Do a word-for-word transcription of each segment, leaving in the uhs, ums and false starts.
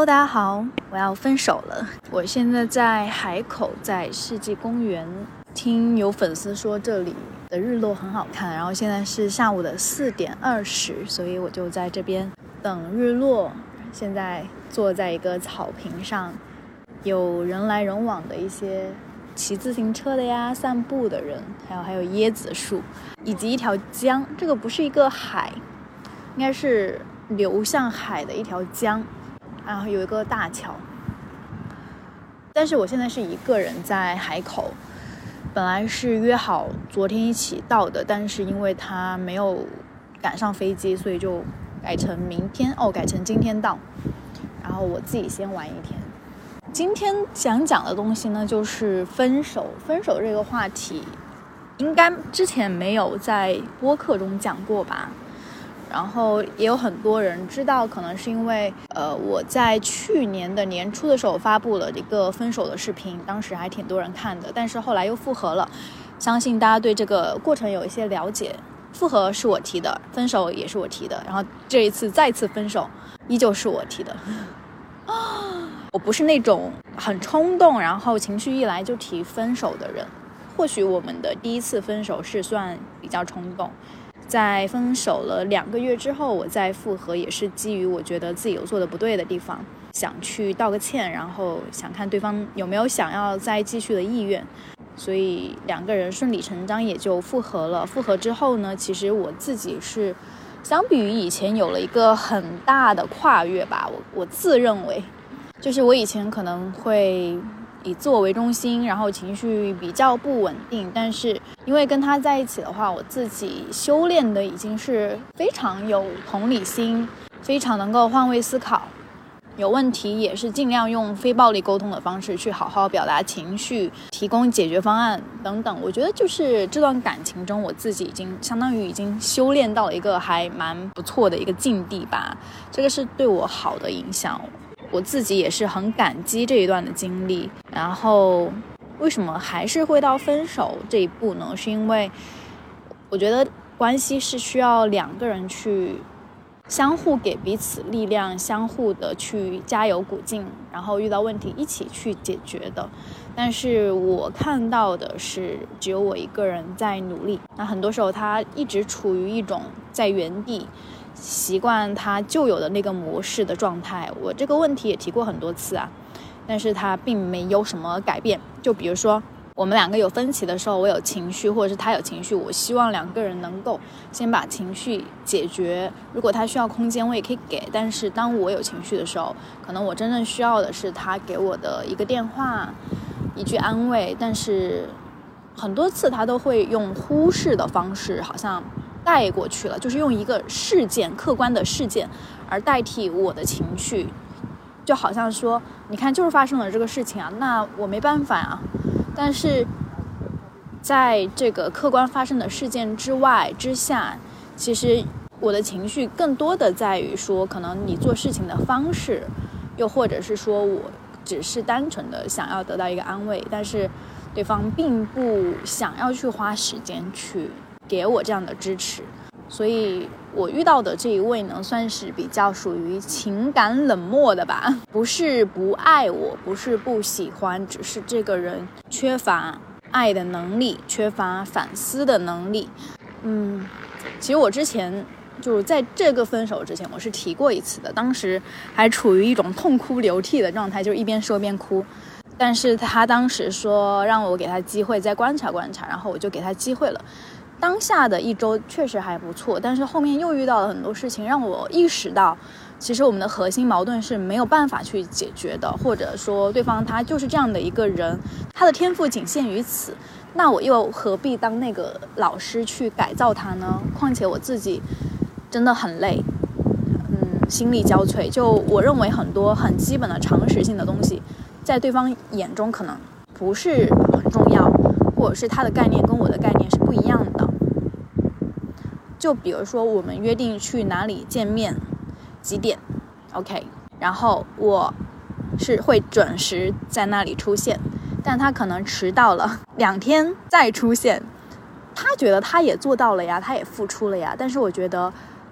Hello， 大家好，我要分手了。我现在在海口，在世纪公园。听有粉丝说这里的日落很好看，然后现在是下午的四点二十，所以我就在这边等日落。现在坐在一个草坪上，有人来人往的一些骑自行车的呀，散步的人，还有还有椰子树，以及一条江。这个不是一个海，应该是流向海的一条江，然后有一个大桥。但是我现在是一个人在海口，本来是约好昨天一起到的，但是因为他没有赶上飞机，所以就改成明天哦，改成今天到，然后我自己先玩一天。今天想讲的东西呢，就是分手。分手这个话题，应该之前没有在播客中讲过吧？然后也有很多人知道，可能是因为呃我在去年的年初的时候发布了一个分手的视频，当时还挺多人看的，但是后来又复合了。相信大家对这个过程有一些了解。复合是我提的，分手也是我提的，然后这一次再次分手依旧是我提的。我不是那种很冲动，然后情绪一来就提分手的人。或许我们的第一次分手是算比较冲动，在分手了两个月之后，我再复合也是基于我觉得自己有做的不对的地方，想去道个歉，然后想看对方有没有想要再继续的意愿，所以两个人顺理成章也就复合了。复合之后呢，其实我自己是相比于以前有了一个很大的跨越吧，我我自认为就是我以前可能会以自我为中心，然后情绪比较不稳定，但是因为跟他在一起的话，我自己修炼的已经是非常有同理心，非常能够换位思考，有问题也是尽量用非暴力沟通的方式去好好表达情绪，提供解决方案等等。我觉得就是这段感情中，我自己已经相当于已经修炼到了一个还蛮不错的一个境地吧，这个是对我好的影响。我自己也是很感激这一段的经历。然后为什么还是会到分手这一步呢？是因为我觉得关系是需要两个人去相互给彼此力量，相互的去加油鼓劲，然后遇到问题一起去解决的。但是我看到的是只有我一个人在努力，那很多时候他一直处于一种在原地习惯他旧有的那个模式的状态。我这个问题也提过很多次啊，但是他并没有什么改变。就比如说我们两个有分歧的时候，我有情绪或者是他有情绪，我希望两个人能够先把情绪解决，如果他需要空间我也可以给，但是当我有情绪的时候，可能我真正需要的是他给我的一个电话，一句安慰。但是很多次他都会用忽视的方式好像带过去了，就是用一个事件，客观的事件而代替我的情绪，就好像说你看就是发生了这个事情啊，那我没办法啊。但是在这个客观发生的事件之外之下，其实我的情绪更多的在于说可能你做事情的方式，又或者是说我只是单纯的想要得到一个安慰，但是对方并不想要去花时间去给我这样的支持。所以我遇到的这一位呢，算是比较属于情感冷漠的吧，不是不爱我，不是不喜欢，只是这个人缺乏爱的能力，缺乏反思的能力。嗯，其实我之前就是在这个分手之前我是提过一次的，当时还处于一种痛哭流涕的状态，就是一边说一边哭。但是他当时说让我给他机会再观察观察，然后我就给他机会了。当下的一周确实还不错，但是后面又遇到了很多事情，让我意识到其实我们的核心矛盾是没有办法去解决的，或者说对方他就是这样的一个人，他的天赋仅限于此，那我又何必当那个老师去改造他呢？况且我自己真的很累，嗯，心力交瘁。就我认为很多很基本的常识性的东西在对方眼中可能不是很重要，或者是他的概念跟我的概念是不一样的。就比如说我们约定去哪里见面，几点 OK， 然后我是会准时在那里出现，但他可能迟到了两天再出现，他觉得他也做到了呀，他也付出了呀，但是我觉得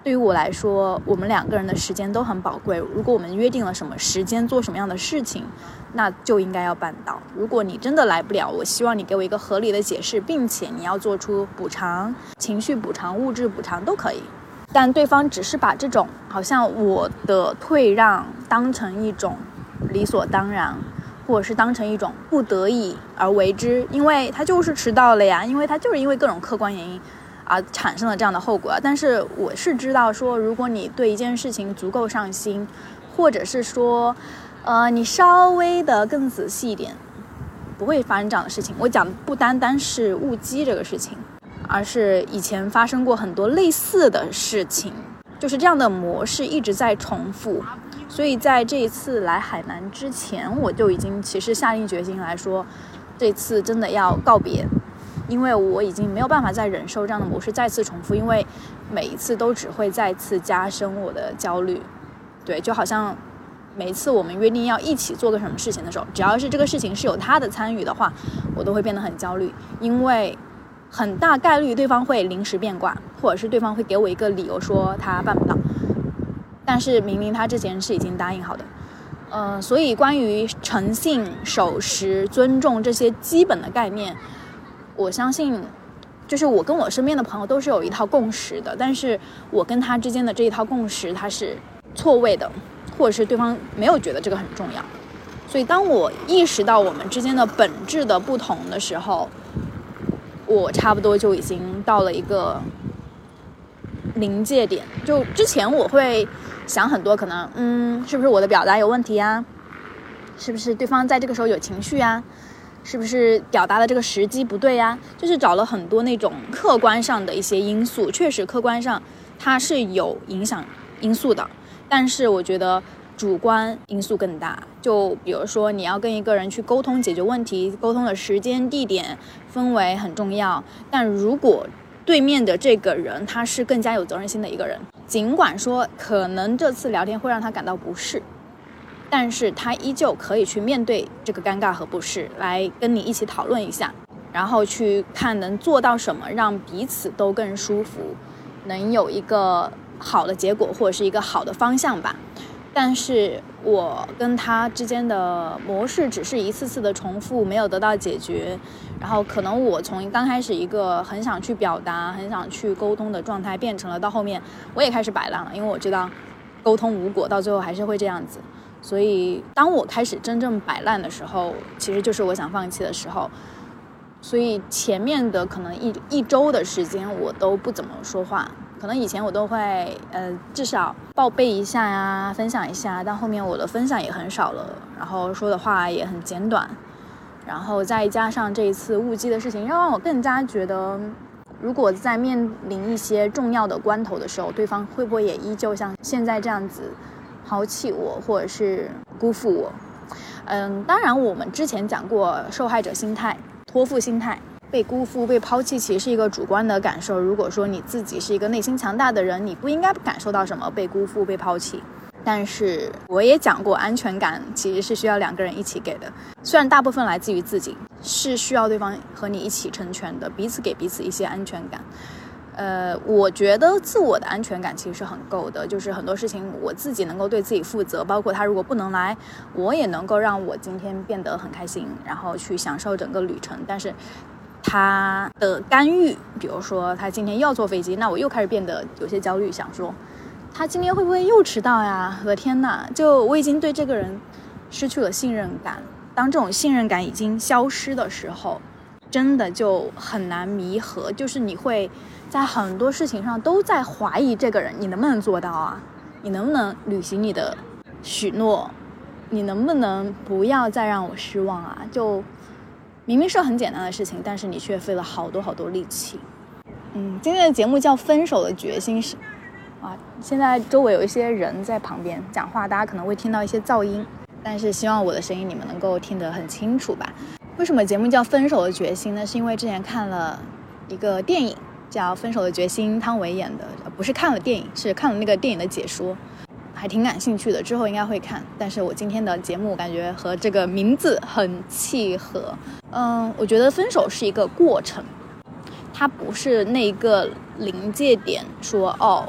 对于我来说，我们两个人的时间都很宝贵，如果我们约定了什么时间做什么样的事情，那就应该要办到。如果你真的来不了，我希望你给我一个合理的解释，并且你要做出补偿，情绪补偿、物质补偿都可以。但对方只是把这种好像我的退让当成一种理所当然，或者是当成一种不得已而为之，因为他就是迟到了呀，因为他就是因为各种客观原因而产生了这样的后果。但是我是知道说，如果你对一件事情足够上心，或者是说呃，你稍微的更仔细一点，不会发生这样的事情。我讲的不单单是误机这个事情，而是以前发生过很多类似的事情，就是这样的模式一直在重复。所以在这一次来海南之前，我就已经其实下定决心来说，这次真的要告别，因为我已经没有办法再忍受这样的模式再次重复，因为每一次都只会再次加深我的焦虑。对，就好像每一次我们约定要一起做个什么事情的时候，只要是这个事情是有他的参与的话，我都会变得很焦虑，因为很大概率对方会临时变卦，或者是对方会给我一个理由说他办不到，但是明明他之前是已经答应好的。呃，所以关于诚信、守时、尊重这些基本的概念，我相信就是我跟我身边的朋友都是有一套共识的，但是我跟他之间的这一套共识它是错位的，或者是对方没有觉得这个很重要。所以当我意识到我们之间的本质的不同的时候，我差不多就已经到了一个临界点。就之前我会想很多，可能嗯，是不是我的表达有问题啊？是不是对方在这个时候有情绪啊？是不是表达的这个时机不对啊？就是找了很多那种客观上的一些因素，确实客观上它是有影响因素的，但是我觉得主观因素更大。就比如说你要跟一个人去沟通解决问题，沟通的时间、地点、氛围很重要，但如果对面的这个人他是更加有责任心的一个人，尽管说可能这次聊天会让他感到不适，但是他依旧可以去面对这个尴尬和不适，来跟你一起讨论一下，然后去看能做到什么让彼此都更舒服，能有一个好的结果或者是一个好的方向吧。但是我跟他之间的模式只是一次次的重复，没有得到解决，然后可能我从刚开始一个很想去表达很想去沟通的状态，变成了到后面我也开始摆烂了，因为我知道沟通无果，到最后还是会这样子。所以当我开始真正摆烂的时候，其实就是我想放弃的时候。所以前面的可能一一周的时间我都不怎么说话，可能以前我都会呃至少报备一下呀，分享一下，但后面我的分享也很少了，然后说的话也很简短，然后再加上这一次误机的事情，让我更加觉得，如果在面临一些重要的关头的时候，对方会不会也依旧像现在这样子抛弃我，或者是辜负我。嗯，当然我们之前讲过受害者心态、托付心态，被辜负、被抛弃其实是一个主观的感受。如果说你自己是一个内心强大的人，你不应该感受到什么被辜负、被抛弃。但是我也讲过，安全感其实是需要两个人一起给的，虽然大部分来自于自己，是需要对方和你一起成全的，彼此给彼此一些安全感。呃，我觉得自我的安全感其实是很够的，就是很多事情我自己能够对自己负责，包括他如果不能来，我也能够让我今天变得很开心，然后去享受整个旅程。但是他的干预，比如说他今天又要坐飞机，那我又开始变得有些焦虑，想说他今天会不会又迟到呀？我的天哪，就我已经对这个人失去了信任感。当这种信任感已经消失的时候，真的就很难弥合，就是你会在很多事情上都在怀疑这个人，你能不能做到啊？你能不能履行你的许诺？你能不能不要再让我失望啊？就明明是很简单的事情，但是你却费了好多好多力气。嗯，今天的节目叫《分手的决心》是啊，现在周围有一些人在旁边讲话，大家可能会听到一些噪音，但是希望我的声音你们能够听得很清楚吧。为什么节目叫《分手的决心》呢？是因为之前看了一个电影叫《分手的决心》，汤唯演的，不是看了电影，是看了那个电影的解说，还挺感兴趣的，之后应该会看。但是我今天的节目感觉和这个名字很契合。嗯，我觉得分手是一个过程，它不是那个临界点说哦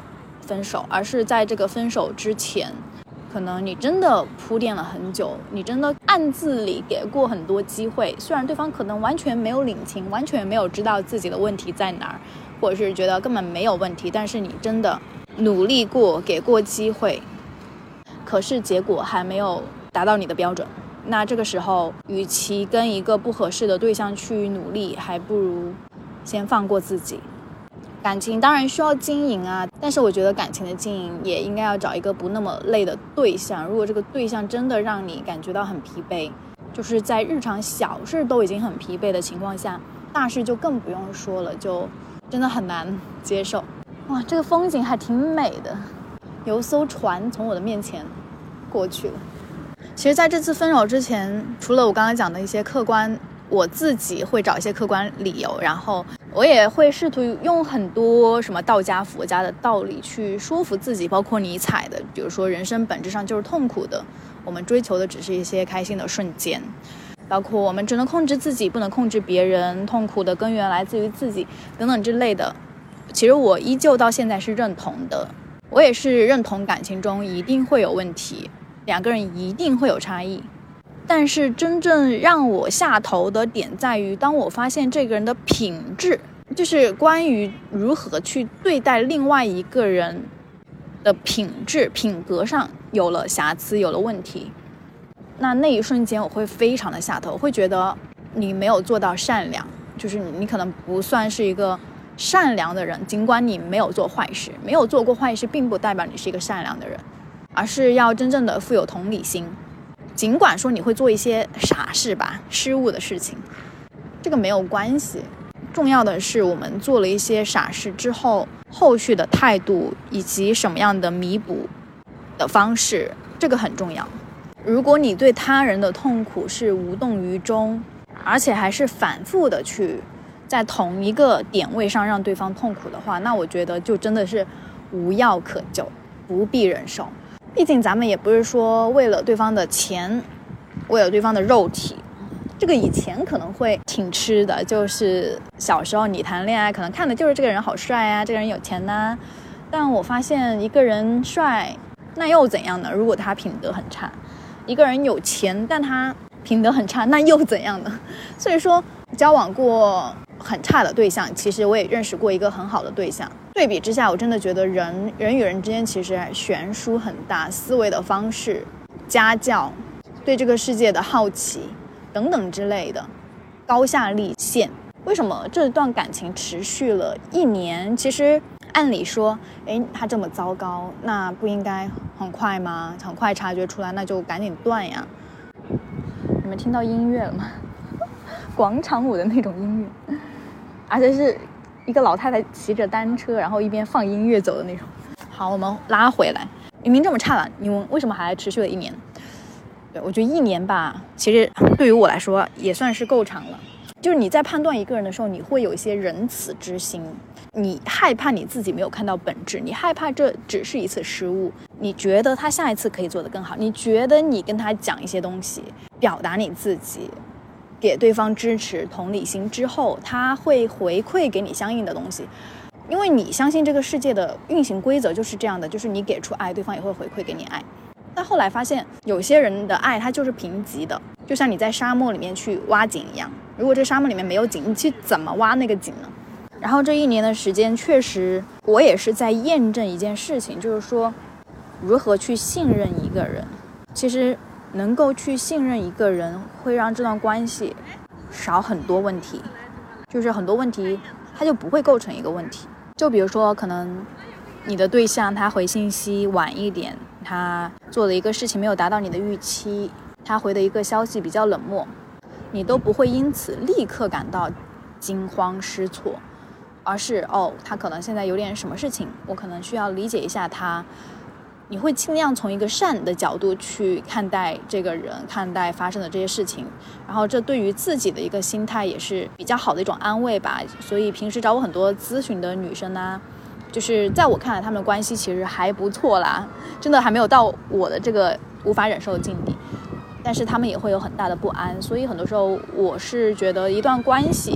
分手，而是在这个分手之前，可能你真的铺垫了很久，你真的暗自里给过很多机会，虽然对方可能完全没有领情，完全没有知道自己的问题在哪儿，或者是觉得根本没有问题，但是你真的努力过，给过机会，可是结果还没有达到你的标准。那这个时候与其跟一个不合适的对象去努力，还不如先放过自己。感情当然需要经营啊，但是我觉得感情的经营也应该要找一个不那么累的对象。如果这个对象真的让你感觉到很疲惫，就是在日常小事都已经很疲惫的情况下，大事就更不用说了，就真的很难接受。哇，这个风景还挺美的，有艘船从我的面前过去了。其实在这次分手之前，除了我刚刚讲的一些客观，我自己会找一些客观理由，然后我也会试图用很多什么道家佛家的道理去说服自己，包括尼采的，比如说人生本质上就是痛苦的，我们追求的只是一些开心的瞬间，包括我们只能控制自己，不能控制别人，痛苦的根源来自于自己等等之类的。其实我依旧到现在是认同的，我也是认同感情中一定会有问题，两个人一定会有差异，但是真正让我下头的点在于，当我发现这个人的品质，就是关于如何去对待另外一个人的品质品格上有了瑕疵，有了问题，那那一瞬间我会非常的下头，我会觉得你没有做到善良，就是你可能不算是一个善良的人，尽管你没有做坏事，没有做过坏事并不代表你是一个善良的人，而是要真正的富有同理心。尽管说你会做一些傻事吧，失误的事情，这个没有关系，重要的是我们做了一些傻事之后，后续的态度以及什么样的弥补的方式，这个很重要。如果你对他人的痛苦是无动于衷，而且还是反复的去在同一个点位上让对方痛苦的话，那我觉得就真的是无药可救，不必忍受。毕竟咱们也不是说为了对方的钱，为了对方的肉体，这个以前可能会挺吃的，就是小时候你谈恋爱可能看的就是这个人好帅啊，这个人有钱啊，但我发现一个人帅那又怎样呢？如果他品德很差，一个人有钱但他品德很差，那又怎样呢？所以说交往过很差的对象，其实我也认识过一个很好的对象，对比之下我真的觉得人人与人之间其实悬殊很大，思维的方式、家教、对这个世界的好奇等等之类的高下立现。为什么这段感情持续了一年？其实按理说诶，他这么糟糕，那不应该很快吗？很快察觉出来，那就赶紧断呀。你们听到音乐了吗？广场舞的那种音乐，而且是一个老太太骑着单车，然后一边放音乐走的那种。好，我们拉回来，明明这么差了，你们为什么还持续了一年？对，我觉得一年吧，其实对于我来说也算是够长了。就是你在判断一个人的时候，你会有一些仁慈之心，你害怕你自己没有看到本质，你害怕这只是一次失误，你觉得他下一次可以做得更好，你觉得你跟他讲一些东西，表达你自己，给对方支持同理心之后，他会回馈给你相应的东西。因为你相信这个世界的运行规则就是这样的，就是你给出爱，对方也会回馈给你爱。但后来发现有些人的爱它就是贫瘠的，就像你在沙漠里面去挖井一样，如果这沙漠里面没有井，你去怎么挖那个井呢？然后这一年的时间，确实我也是在验证一件事情，就是说如何去信任一个人。其实能够去信任一个人，会让这段关系少很多问题，就是很多问题它就不会构成一个问题。就比如说可能你的对象他回信息晚一点，他做的一个事情没有达到你的预期，他回的一个消息比较冷漠，你都不会因此立刻感到惊慌失措，而是哦，他可能现在有点什么事情，我可能需要理解一下他。你会尽量从一个善的角度去看待这个人，看待发生的这些事情，然后这对于自己的一个心态也是比较好的一种安慰吧。所以平时找我很多咨询的女生啊，就是在我看来他们的关系其实还不错啦，真的还没有到我的这个无法忍受的境地，但是他们也会有很大的不安。所以很多时候我是觉得一段关系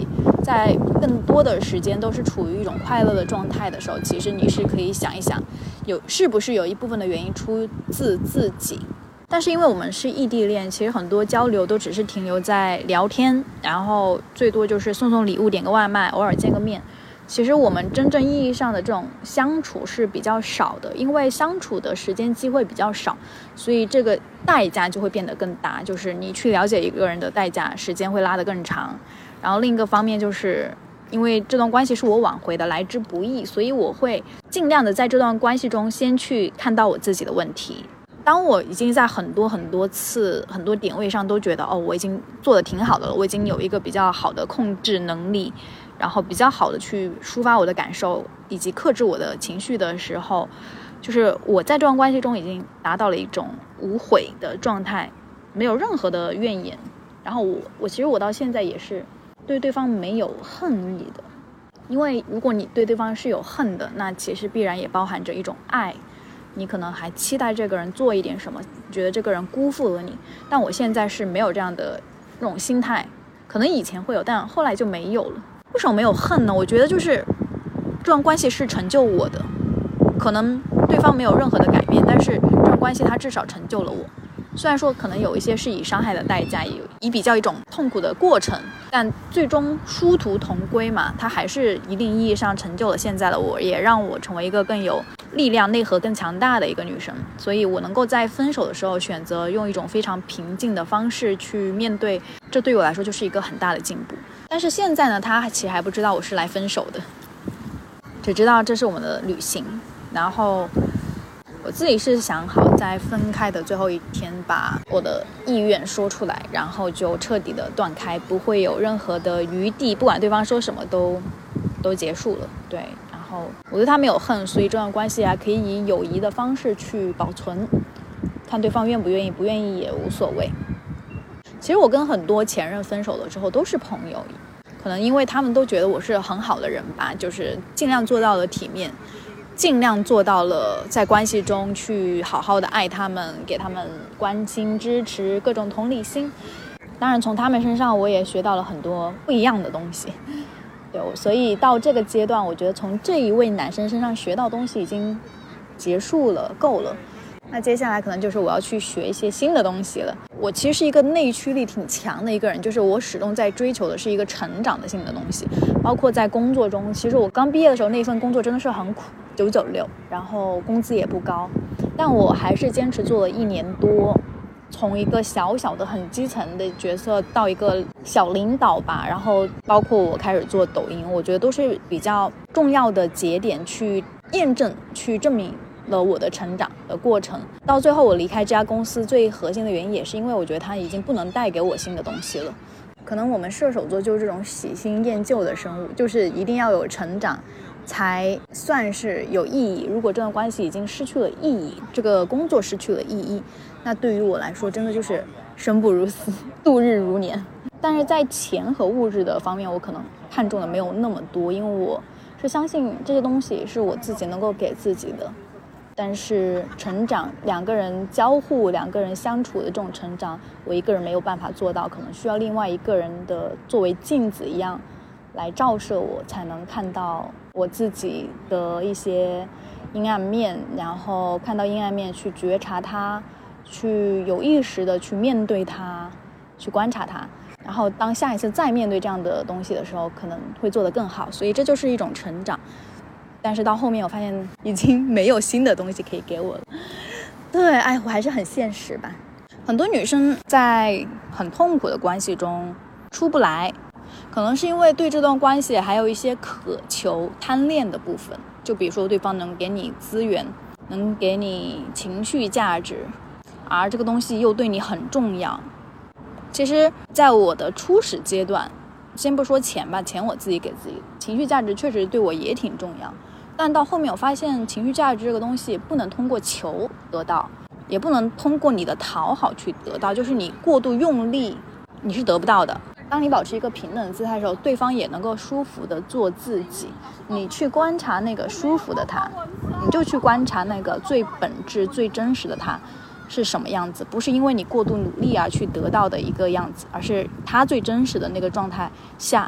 在更多的时间都是处于一种快乐的状态的时候，其实你是可以想一想，有是不是有一部分的原因出自自己。但是因为我们是异地恋，其实很多交流都只是停留在聊天，然后最多就是送送礼物、点个外卖、偶尔见个面。其实我们真正意义上的这种相处是比较少的，因为相处的时间机会比较少，所以这个代价就会变得更大，就是你去了解一个人的代价时间会拉得更长。然后另一个方面就是因为这段关系是我挽回的，来之不易，所以我会尽量的在这段关系中先去看到我自己的问题。当我已经在很多很多次很多点位上都觉得哦，我已经做得挺好的了，我已经有一个比较好的控制能力，然后比较好的去抒发我的感受以及克制我的情绪的时候，就是我在这段关系中已经达到了一种无悔的状态，没有任何的怨言。然后我我其实我到现在也是对对方没有恨意的，因为如果你对对方是有恨的，那其实必然也包含着一种爱，你可能还期待这个人做一点什么，觉得这个人辜负了你。但我现在是没有这样的这种心态，可能以前会有，但后来就没有了。为什么没有恨呢？我觉得就是这段关系是成就我的，可能对方没有任何的改变，但是这段关系它至少成就了我。虽然说可能有一些是以伤害的代价，以比较一种痛苦的过程，但最终殊途同归嘛，它还是一定意义上成就了现在的我，也让我成为一个更有力量、内核更强大的一个女生。所以我能够在分手的时候选择用一种非常平静的方式去面对，这对我来说就是一个很大的进步。但是现在呢，他其实还不知道我是来分手的，只知道这是我们的旅行。然后我自己是想好在分开的最后一天把我的意愿说出来，然后就彻底的断开，不会有任何的余地，不管对方说什么都都结束了。对，然后我对他没有恨，所以这段关系还可以以友谊的方式去保存，看对方愿不愿意，不愿意也无所谓。其实我跟很多前任分手了之后都是朋友，可能因为他们都觉得我是很好的人吧，就是尽量做到了体面，尽量做到了在关系中去好好的爱他们，给他们关心支持，各种同理心。当然从他们身上我也学到了很多不一样的东西。对，所以到这个阶段我觉得从这一位男生身上学到东西已经结束了，够了。那接下来可能就是我要去学一些新的东西了。我其实是一个内驱力挺强的一个人，就是我始终在追求的是一个成长的性的东西，包括在工作中。其实我刚毕业的时候那份工作真的是很苦，九九六，然后工资也不高，但我还是坚持做了一年多，从一个小小的很基层的角色到一个小领导吧，然后包括我开始做抖音，我觉得都是比较重要的节点，去验证去证明了我的成长的过程。到最后我离开这家公司最核心的原因也是因为我觉得它已经不能带给我新的东西了。可能我们射手座就是这种喜新厌旧的生物，就是一定要有成长才算是有意义。如果这段关系已经失去了意义，这个工作失去了意义，那对于我来说真的就是生不如死，度日如年。但是在钱和物质的方面我可能看重的没有那么多，因为我是相信这些东西是我自己能够给自己的。但是成长，两个人交互，两个人相处的这种成长，我一个人没有办法做到，可能需要另外一个人的作为镜子一样来照射我，才能看到我自己的一些阴暗面，然后看到阴暗面去觉察它，去有意识的去面对它，去观察它，然后当下一次再面对这样的东西的时候可能会做得更好。所以这就是一种成长。但是到后面我发现已经没有新的东西可以给我了。对，哎，我还是很现实吧。很多女生在很痛苦的关系中出不来，可能是因为对这段关系还有一些渴求贪恋的部分，就比如说对方能给你资源，能给你情绪价值，而这个东西又对你很重要。其实在我的初始阶段，先不说钱吧，钱我自己给自己，情绪价值确实对我也挺重要。但到后面我发现情绪价值这个东西不能通过求得到，也不能通过你的讨好去得到，就是你过度用力你是得不到的。当你保持一个平等的姿态的时候，对方也能够舒服的做自己，你去观察那个舒服的他，你就去观察那个最本质最真实的他是什么样子，不是因为你过度努力而去得到的一个样子，而是他最真实的那个状态下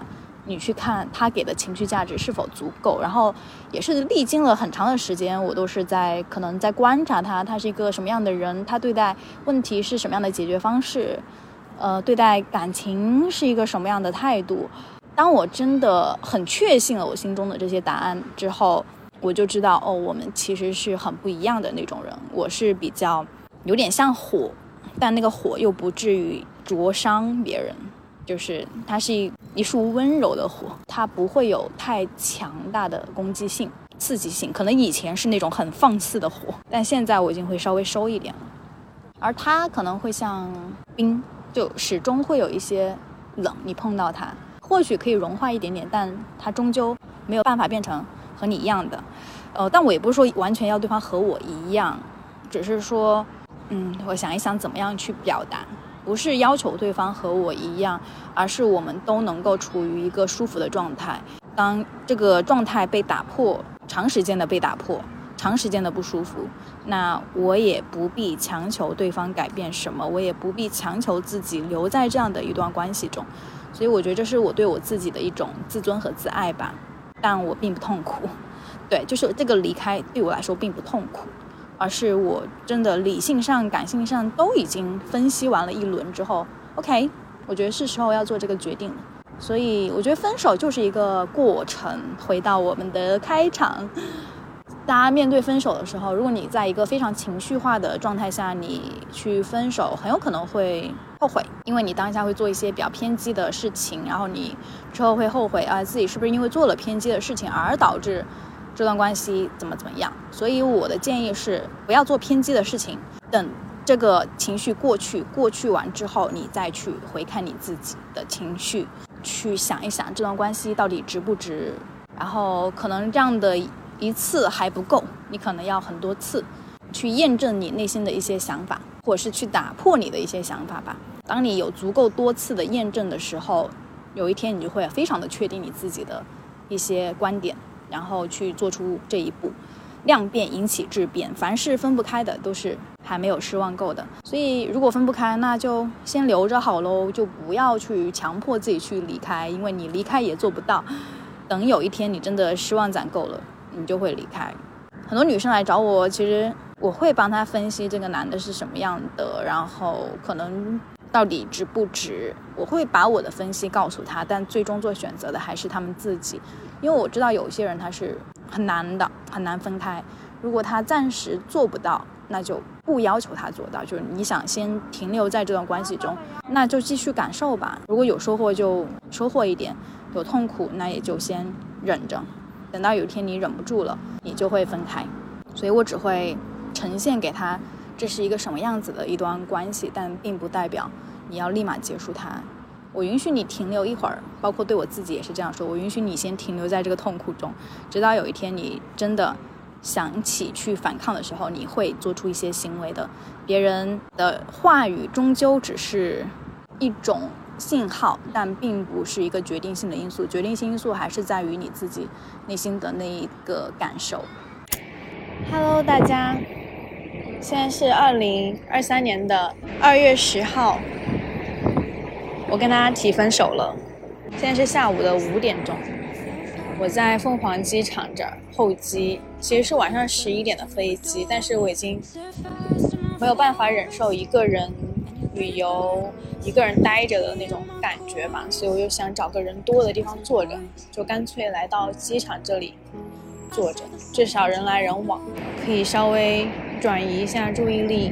你去看他给的情绪价值是否足够，然后也是历经了很长的时间，我都是在可能在观察他，他是一个什么样的人，他对待问题是什么样的解决方式，呃，对待感情是一个什么样的态度。当我真的很确信了我心中的这些答案之后，我就知道哦，我们其实是很不一样的那种人。我是比较有点像火，但那个火又不至于灼伤别人，就是它是一一束温柔的火，它不会有太强大的攻击性、刺激性。可能以前是那种很放肆的火，但现在我已经会稍微收一点了。而它可能会像冰，就始终会有一些冷，你碰到它或许可以融化一点点，但它终究没有办法变成和你一样的。呃，但我也不是说完全要对方和我一样，只是说嗯，我想一想怎么样去表达，不是要求对方和我一样，而是我们都能够处于一个舒服的状态。当这个状态被打破，长时间的被打破，长时间的不舒服，那我也不必强求对方改变什么，我也不必强求自己留在这样的一段关系中。所以我觉得这是我对我自己的一种自尊和自爱吧，但我并不痛苦。对，就是这个离开对我来说并不痛苦，而是我真的理性上感性上都已经分析完了一轮之后 OK， 我觉得是时候要做这个决定了。所以我觉得分手就是一个过程。回到我们的开场，大家面对分手的时候，如果你在一个非常情绪化的状态下，你去分手很有可能会后悔，因为你当下会做一些比较偏激的事情，然后你之后会后悔啊，自己是不是因为做了偏激的事情而导致这段关系怎么怎么样。所以我的建议是不要做偏激的事情，等这个情绪过去过去完之后，你再去回看你自己的情绪，去想一想这段关系到底值不值。然后可能这样的一次还不够，你可能要很多次去验证你内心的一些想法，或者是去打破你的一些想法吧。当你有足够多次的验证的时候，有一天你就会非常的确定你自己的一些观点，然后去做出这一步。量变引起质变，凡是分不开的都是还没有失望够的。所以如果分不开，那就先留着好咯，就不要去强迫自己去离开，因为你离开也做不到。等有一天你真的失望攒够了，你就会离开。很多女生来找我，其实我会帮她分析这个男的是什么样的，然后可能到底值不值，我会把我的分析告诉她，但最终做选择的还是他们自己。因为我知道有些人他是很难的，很难分开。如果他暂时做不到，那就不要求他做到，就是你想先停留在这段关系中，那就继续感受吧。如果有收获就收获一点，有痛苦那也就先忍着，等到有一天你忍不住了，你就会分开。所以我只会呈现给他这是一个什么样子的一段关系，但并不代表你要立马结束它。我允许你停留一会儿，包括对我自己也是这样说，我允许你先停留在这个痛苦中，直到有一天你真的想起去反抗的时候，你会做出一些行为的。别人的话语终究只是一种信号，但并不是一个决定性的因素，决定性因素还是在于你自己内心的那一个感受。Hello 大家，现在是二零二三年的二月十号，我跟他提分手了。现在是下午的五点钟，我在凤凰机场这儿候机，其实是晚上十一点的飞机，但是我已经没有办法忍受一个人旅游一个人待着的那种感觉吧，所以我就想找个人多的地方坐着，就干脆来到机场这里坐着，至少人来人往，可以稍微转移一下注意力。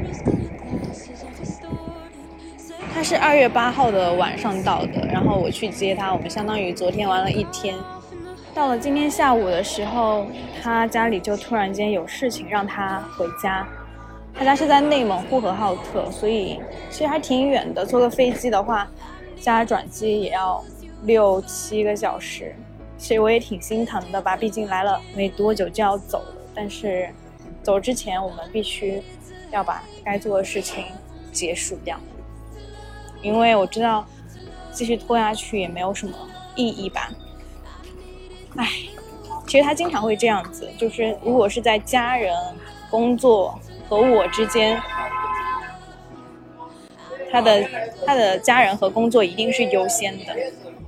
他是二月八号的晚上到的，然后我去接他，我们相当于昨天玩了一天。到了今天下午的时候，他家里就突然间有事情让他回家。他家是在内蒙呼和浩特，所以其实还挺远的，坐个飞机的话加转机也要六七个小时。其实我也挺心疼的吧，毕竟来了没多久就要走了，但是走之前我们必须要把该做的事情结束掉，因为我知道继续拖下去也没有什么意义吧。唉，其实他经常会这样子，就是如果是在家人、工作和我之间，他的他的家人和工作一定是优先的。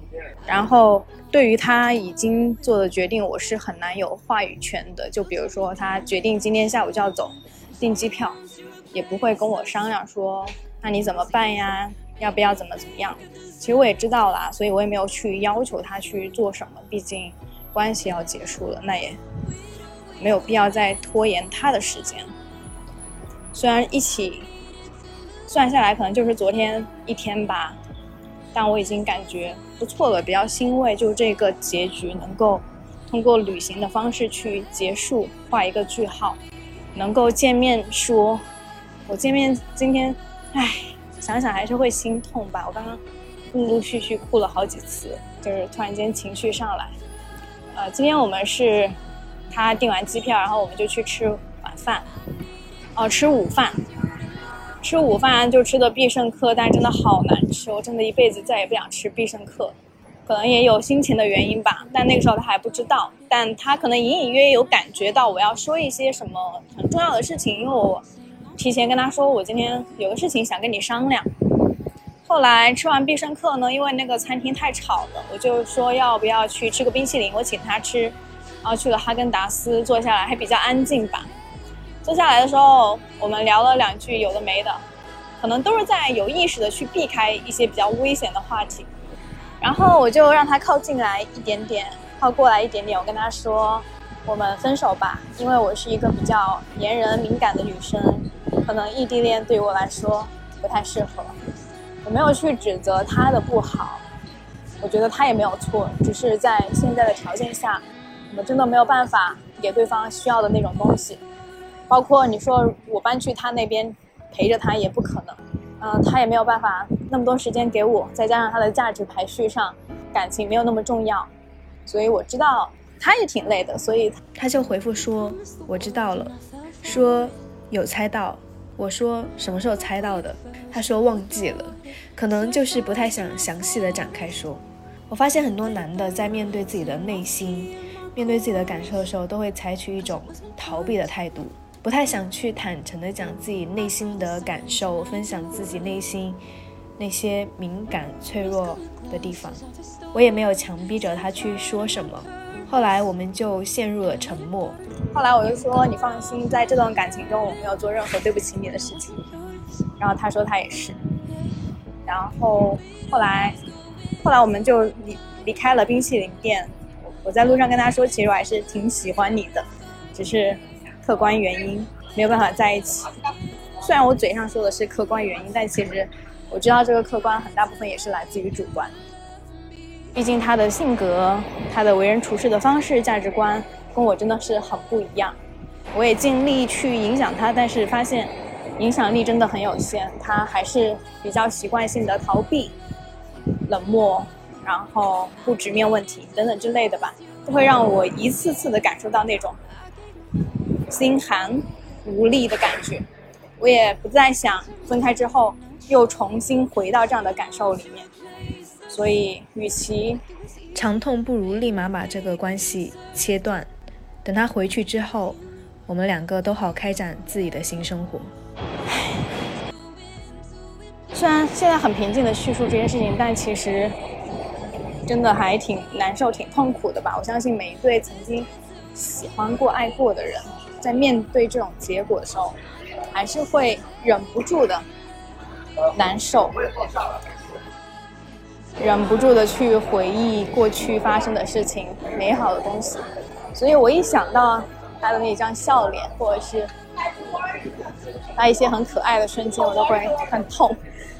然后对于他已经做的决定，我是很难有话语权的。就比如说他决定今天下午就要走，订机票，也不会跟我商量说那你怎么办呀，要不要怎么怎么样。其实我也知道啦，所以我也没有去要求他去做什么，毕竟关系要结束了，那也没有必要再拖延他的时间。虽然一起算下来可能就是昨天一天吧，但我已经感觉不错了，比较欣慰，就这个结局能够通过旅行的方式去结束，画一个句号，能够见面说，我见面今天，唉，想想还是会心痛吧。我刚刚陆陆续续哭了好几次，就是突然间情绪上来。呃，今天我们是他订完机票，然后我们就去吃晚饭，哦、呃，吃午饭。吃午饭就吃的必胜客，但真的好难吃，我真的一辈子再也不想吃必胜客。可能也有心情的原因吧，但那个时候他还不知道，但他可能隐隐约约有感觉到我要说一些什么很重要的事情，因为我提前跟他说我今天有个事情想跟你商量。后来吃完必胜客呢，因为那个餐厅太吵了，我就说要不要去吃个冰淇淋，我请他吃，然后去了哈根达斯，坐下来还比较安静吧。坐下来的时候我们聊了两句有的没的，可能都是在有意识的去避开一些比较危险的话题。然后我就让他靠近来一点点，靠过来一点点，我跟他说我们分手吧，因为我是一个比较粘人敏感的女生，可能异地恋对我来说不太适合。我没有去指责他的不好，我觉得他也没有错，只是在现在的条件下我们真的没有办法给对方需要的那种东西。包括你说我搬去他那边陪着他也不可能，呃，他也没有办法那么多时间给我，再加上他的价值排序上感情没有那么重要，所以我知道他也挺累的，所以他就回复说我知道了，说有猜到。我说什么时候猜到的？他说忘记了，可能就是不太想详细的展开说。我发现很多男的在面对自己的内心，面对自己的感受的时候，都会采取一种逃避的态度，不太想去坦诚的讲自己内心的感受，分享自己内心那些敏感脆弱的地方。我也没有强逼着他去说什么，后来我们就陷入了沉默。 后来我就说你放心，在这段感情中我没有做任何对不起你的事情。然后他说他也是。然后后来后来我们就离离开了冰淇淋店。我在路上跟他说其实我还是挺喜欢你的，只是客观原因没有办法在一起。虽然我嘴上说的是客观原因，但其实我知道这个客观很大部分也是来自于主观。毕竟他的性格，他的为人处事的方式，价值观跟我真的是很不一样。我也尽力去影响他，但是发现影响力真的很有限，他还是比较习惯性的逃避、冷漠，然后不直面问题等等之类的吧，都会让我一次次的感受到那种心寒无力的感觉。我也不再想分开之后又重新回到这样的感受里面，所以与其长痛不如立马把这个关系切断，等他回去之后，我们两个都好开展自己的新生活。 虽然现在很平静的叙述这件事情，但其实真的还挺难受挺痛苦的吧。我相信每一对曾经喜欢过爱过的人，在面对这种结果的时候还是会忍不住的难受，忍不住的去回忆过去发生的事情，美好的东西。所以我一想到他的那张笑脸，或者是他一些很可爱的瞬间，我都会很痛。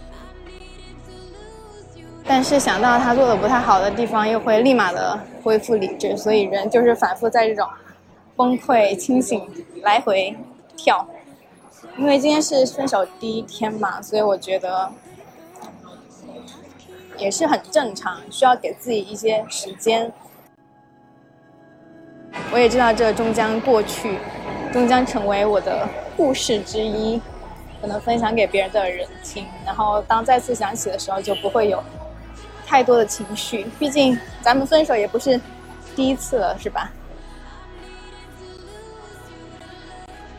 但是想到他做的不太好的地方，又会立马的恢复理智，所以人就是反复在这种崩溃清醒来回跳。因为今天是分手第一天嘛，所以我觉得也是很正常，需要给自己一些时间。我也知道这终将过去，终将成为我的故事之一，可能分享给别人的人听，然后当再次想起的时候就不会有太多的情绪，毕竟咱们分手也不是第一次了，是吧？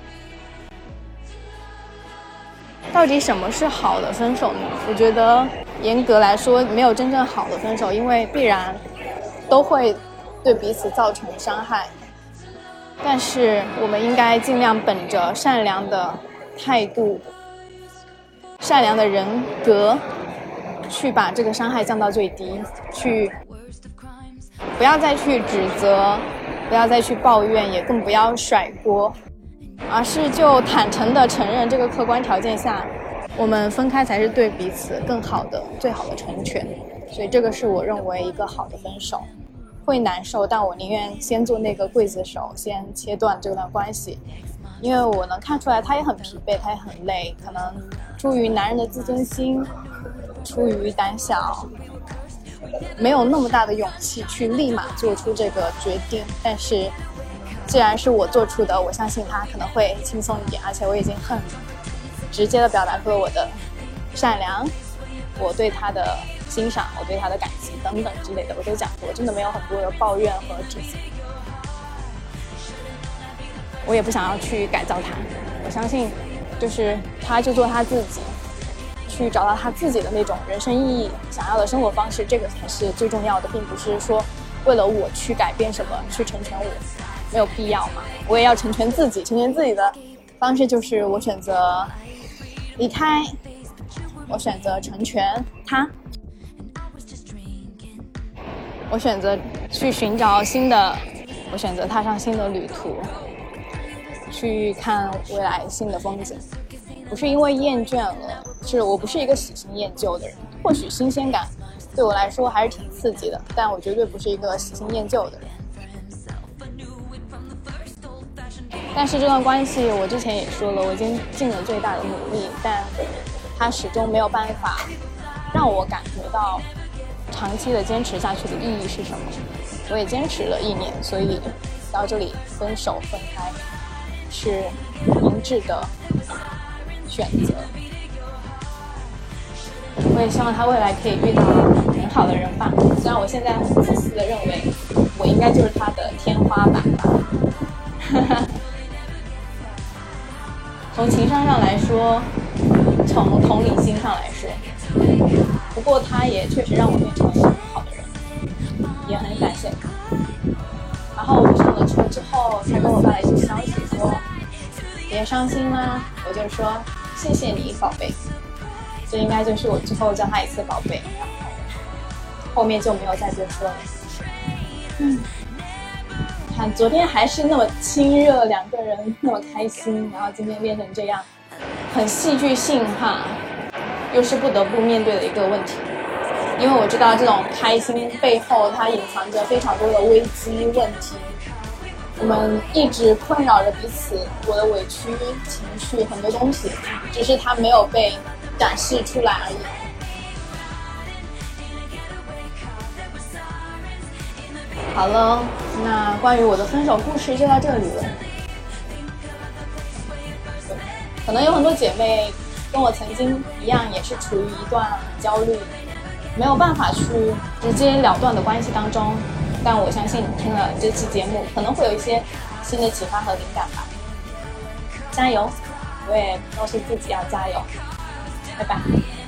到底什么是好的分手呢？我觉得严格来说没有真正好的分手，因为必然都会对彼此造成伤害，但是我们应该尽量本着善良的态度、善良的人格去把这个伤害降到最低，去不要再去指责，不要再去抱怨，也更不要甩锅，而是就坦诚地承认这个客观条件下我们分开才是对彼此更好的最好的成全。所以这个是我认为一个好的分手。会难受，但我宁愿先做那个刽子手，先切断这段关系，因为我能看出来他也很疲惫，他也很累，可能出于男人的自尊心，出于胆小，没有那么大的勇气去立马做出这个决定，但是既然是我做出的，我相信他可能会轻松一点，而且我已经很直接的表达出了我的善良，我对他的欣赏，我对他的感激等等之类的，我都讲过，我真的没有很多的抱怨和指责，我也不想要去改造他，我相信就是他就做他自己，去找到他自己的那种人生意义，想要的生活方式，这个才是最重要的，并不是说为了我去改变什么，去成全我，没有必要嘛。我也要成全自己，成全自己的方式就是我选择离开，我选择成全他，我选择去寻找新的，我选择踏上新的旅途，去看未来新的风景。不是因为厌倦了，是我不是一个喜新厌旧的人，或许新鲜感对我来说还是挺刺激的，但我绝对不是一个喜新厌旧的人。但是这段关系我之前也说了，我已经尽了最大的努力，但它始终没有办法让我感觉到长期的坚持下去的意义是什么。我也坚持了一年，所以到这里分手分开是明智的选择。我也希望他未来可以遇到很好的人吧，虽然我现在很自私的认为我应该就是他的天花板吧。从情商上来说，从同理心上来说，不过他也确实让我变成了一个很好的人，也很感谢他。然后我们上了车之后，他跟我发了一条消息说别伤心啦，我就说谢谢你宝贝，这应该就是我最后叫他一次宝贝，然后后面就没有再多说了。嗯，看昨天还是那么亲热，两个人那么开心，然后今天变成这样，很戏剧性哈，又是不得不面对的一个问题。因为我知道这种开心背后它隐藏着非常多的危机问题，我们一直困扰着彼此，我的委屈情绪很多东西，只是它没有被展示出来而已。好了，那关于我的分手故事就到这里了。可能有很多姐妹跟我曾经一样，也是处于一段焦虑没有办法去直截了当的关系当中，但我相信你听了这期节目可能会有一些新的启发和灵感吧。加油，我也告诉自己要加油，拜拜。